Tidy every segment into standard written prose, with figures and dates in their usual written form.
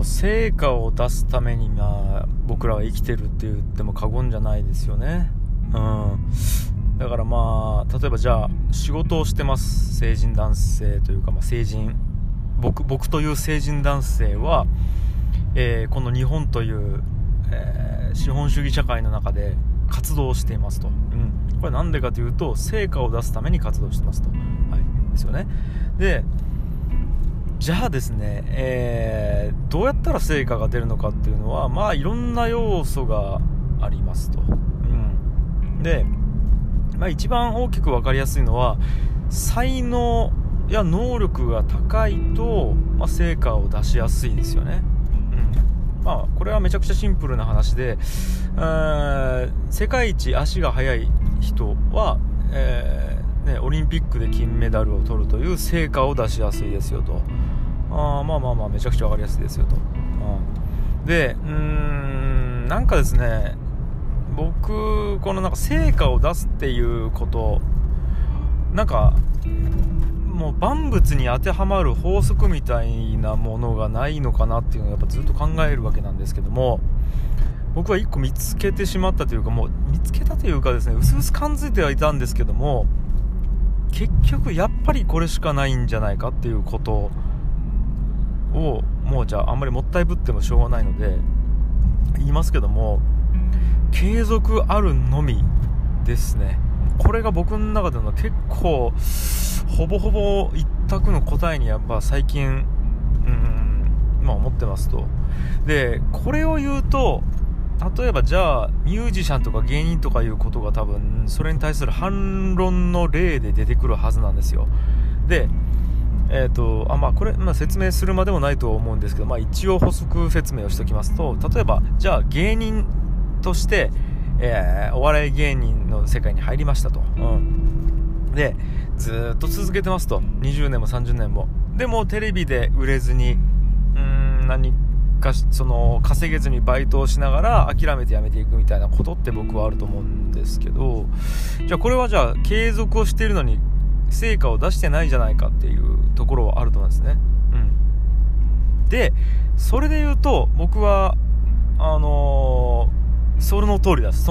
成果を出すために僕らは生きてるって言っても過言じゃないですよね。だから例えばじゃあ仕事をしてます成人男性というか、僕という成人男性は、この日本という、資本主義社会の中で活動をしていますと、これなんでかというと成果を出すために活動してますと、ですよね。でじゃあですね、どうやったら成果が出るのかっていうのはいろんな要素がありますと、で、一番大きく分かりやすいのは才能や能力が高いと、成果を出しやすいですよね。これはめちゃくちゃシンプルな話で、世界一足が速い人は、オリンピックで金メダルを取るという成果を出しやすいですよと。めちゃくちゃ分かりやすいですよと。でなんかですね、僕この成果を出すっていうこともう万物に当てはまる法則みたいなものがないのかなっていうのをやっぱずっと考えるわけなんですけども、僕は一個見つけてしまったというか、もう見つけたというかですね、薄々感づいてはいたんですけども、結局やっぱりこれしかないんじゃないかっていうことをもうじゃああんまりもったいぶってもしょうがないので言いますけども、継続あるのみですね。これが僕の中での結構ほぼほぼ一択の答えにやっぱ最近思ってますと。でこれを言うと、例えばじゃあミュージシャンとか芸人とかいうことが多分それに対する反論の例で出てくるはずなんですよ。でこれ、説明するまでもないと思うんですけど、一応補足説明をしておきますと、例えばじゃあ芸人として、お笑い芸人の世界に入りましたと、でずっと続けてますと、20年も30年も。でもテレビで売れずに何か稼げずにバイトをしながら諦めてやめていくみたいなことって僕はあると思うんですけど、じゃあこれはじゃあ継続をしているのに成果を出してないじゃないかっていうところはあると思うんですね。でそれで言うと僕はその通りです。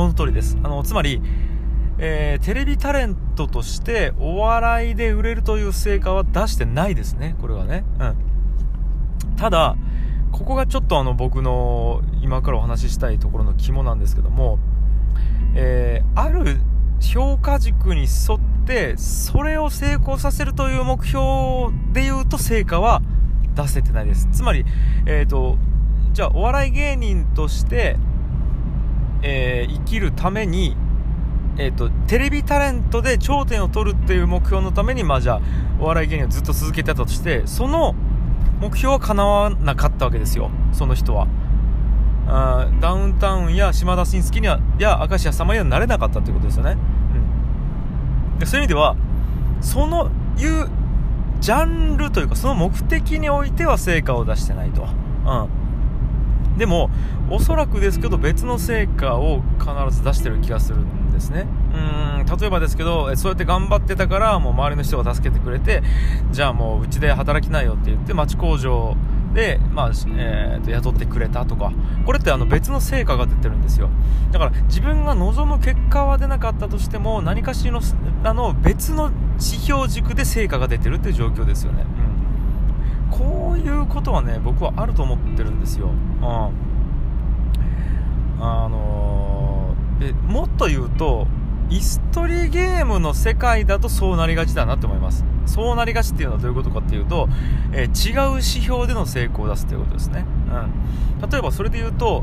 つまり、テレビタレントとしてお笑いで売れるという成果は出してないですね、これはね。ただここがちょっと僕の今からお話ししたいところの肝なんですけども、ある評価軸に沿ってそれを成功させるという目標でいうと成果は出せてないです。つまり、じゃあお笑い芸人として、生きるために、テレビタレントで頂点を取るっていう目標のためにじゃあお笑い芸人をずっと続けてたとして、その目標は叶わなかったわけですよ、その人は。ダウンタウンや島田紳介や明石家さんまにはなれなかったということですよね。でそういう意味ではそのいうジャンルというかその目的においては成果を出してないと。でもおそらくですけど別の成果を必ず出してる気がするんですね。例えばですけど、そうやって頑張ってたからもう周りの人が助けてくれて、じゃあもううちで働きなよって言って町工場で、雇ってくれたとか、これって別の成果が出てるんですよ。だから自分が望む結果は出なかったとしても何かしらの別の指標軸で成果が出てるっていう状況ですよね。こういうことはね僕はあると思ってるんですよ。もっと言うと椅子取りゲームの世界だとそうなりがちだなと思います。そうなりがちっていうのはどういうことかっていうと、違う指標での成功を出すということですね。例えばそれで言うと、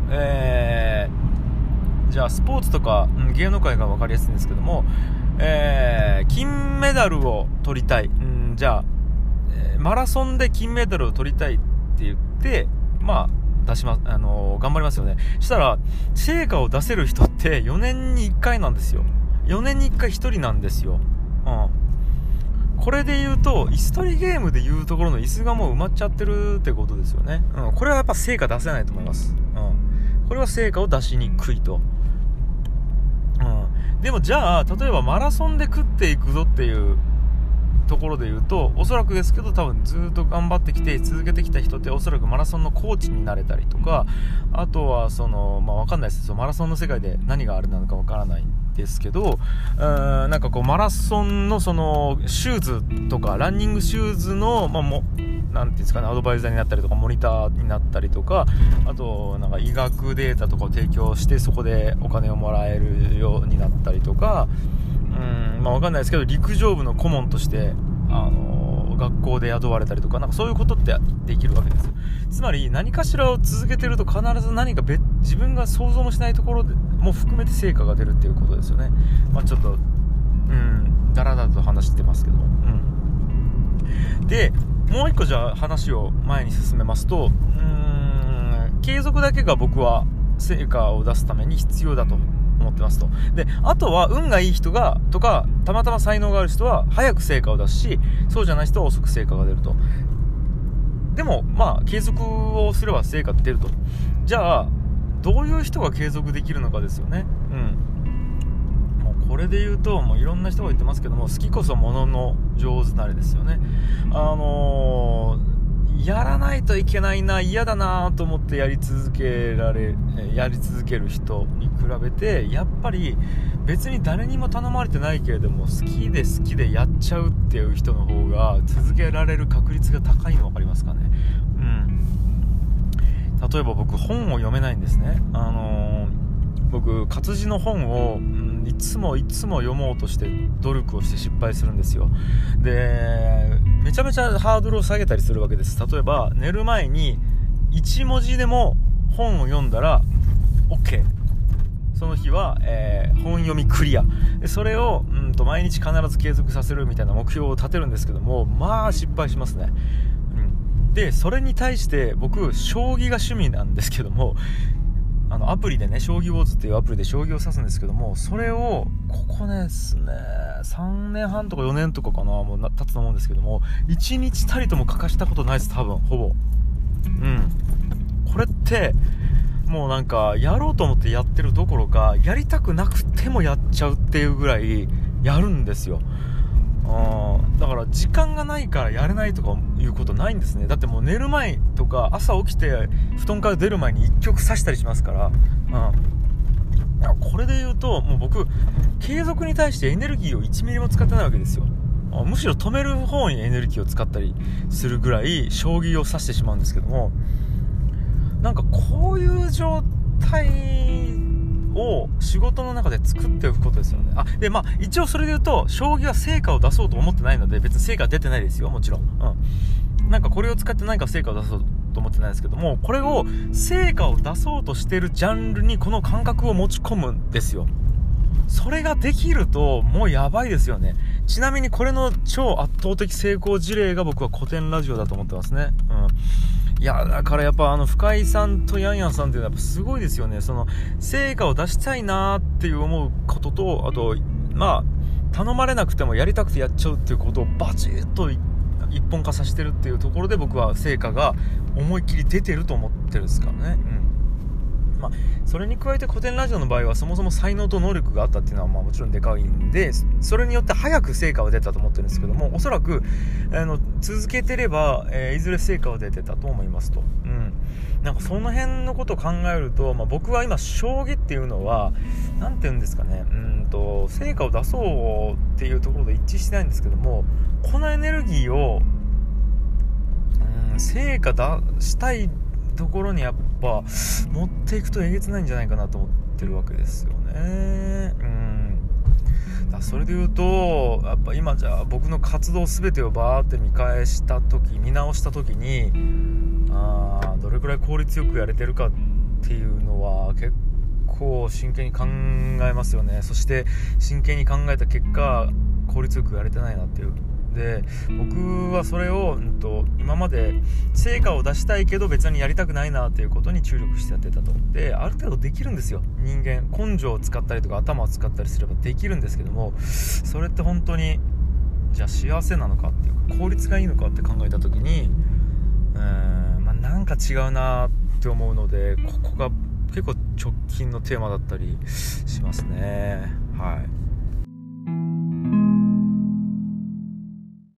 じゃあスポーツとか、芸能界が分かりやすいんですけども、金メダルを取りたい、じゃあ、マラソンで金メダルを取りたいって言って頑張りますよね。そしたら成果を出せる人って4年に1回なんですよ。4年に1回1人なんですよ。これで言うと椅子取りゲームで言うところの椅子がもう埋まっちゃってるってことですよね。これはやっぱ成果出せないと思います。これは成果を出しにくいと。でもじゃあ例えばマラソンで食っていくぞっていうところで言うと、おそらくですけど多分ずっと頑張ってきて続けてきた人っておそらくマラソンのコーチになれたりとか、あとはわかんないです。マラソンの世界で何があれなのかわからないんですけど、なんかこうマラソンのそのシューズとかランニングシューズのなんていうんですかね、アドバイザーになったりとかモニターになったりとか、あとなんか医学データとかを提供してそこでお金をもらえるようになったりとか、わかんないですけど陸上部の顧問として学校で雇われたりとか、なんかそういうことってできるわけですよ。つまり何かしらを続けてると必ず何か自分が想像もしないところでも含めて成果が出るっていうことですよね。ちょっとだらだらと話してますけど、でもう一個じゃあ話を前に進めますと、継続だけが僕は成果を出すために必要だと思ってますと。で、あとは運がいい人がとかたまたま才能がある人は早く成果を出すし、そうじゃない人は遅く成果が出ると。でも継続をすれば成果って出ると。じゃあどういう人が継続できるのかですよね。もうこれで言うといろんな人が言ってますけども、好きこそものの上手なれですよね。やらないといけないな、嫌だなと思ってやり続ける人に比べて、やっぱり別に誰にも頼まれてないけれども好きでやっちゃうっていう人の方が続けられる確率が高いの分かりますかね。例えば僕本を読めないんですね。僕活字の本をいつも読もうとして努力をして失敗するんですよ。でめちゃめちゃハードルを下げたりするわけです。例えば寝る前に1文字でも本を読んだら OK、 その日は、本読みクリアで、それを毎日必ず継続させるみたいな目標を立てるんですけども、失敗しますね。でそれに対して僕将棋が趣味なんですけども、アプリでね、将棋ウォーズっていうアプリで将棋を指すんですけども、それをここですね3年半とか4年とかかな、もう経つと思うんですけども、1日たりとも欠かしたことないです、多分ほぼ。これってもうなんかやろうと思ってやってるどころか、やりたくなくてもやっちゃうっていうぐらいやるんですよ。だから時間がないからやれないとかいうことないんですね。だってもう寝る前とか朝起きて布団から出る前に1曲刺したりしますから、これで言うともう僕継続に対してエネルギーを1ミリも使ってないわけですよ。むしろ止める方にエネルギーを使ったりするぐらい将棋を指してしまうんですけども、なんかこういう状態を仕事の中で作っておくことですよね。で一応それで言うと将棋は成果を出そうと思ってないので別に成果は出てないですよ、もちろん。なんかこれを使って何か成果を出そうと思ってないですけども、これを成果を出そうとしてるジャンルにこの感覚を持ち込むんですよ。それができるともうやばいですよね。ちなみにこれの超圧倒的成功事例が僕は古典ラジオだと思ってますね。いやだからやっぱ深井さんとヤンヤンさんっていうのはやっぱすごいですよね。その成果を出したいなっていう思うことと、あと頼まれなくてもやりたくてやっちゃうっていうことをバチッと一本化させてるっていうところで、僕は成果が思いっきり出てると思ってるんですからね。それに加えて古典ラジオの場合はそもそも才能と能力があったっていうのはもちろんでかいんで、それによって早く成果は出たと思ってるんですけども、おそらく続けてれば、いずれ成果は出てたと思いますと。なんかその辺のことを考えると、僕は今将棋っていうのはなんて言うんですかね、成果を出そうっていうところで一致してないんですけども、このエネルギーを成果出したいところにやっぱ持っていくとえげつないんじゃないかなと思ってるわけですよね。それで言うとやっぱ今じゃあ僕の活動全てをバーって見直した時にどれくらい効率よくやれてるかっていうのは結構真剣に考えますよね。そして真剣に考えた結果効率よくやれてないなっていう。で僕はそれを、今まで成果を出したいけど別にやりたくないなっていうことに注力してやってたと。である程度できるんですよ。人間根性を使ったりとか頭を使ったりすればできるんですけども、それって本当にじゃあ幸せなのかっていうか効率がいいのかって考えた時になんか違うなって思うので、ここが結構直近のテーマだったりしますね。はい。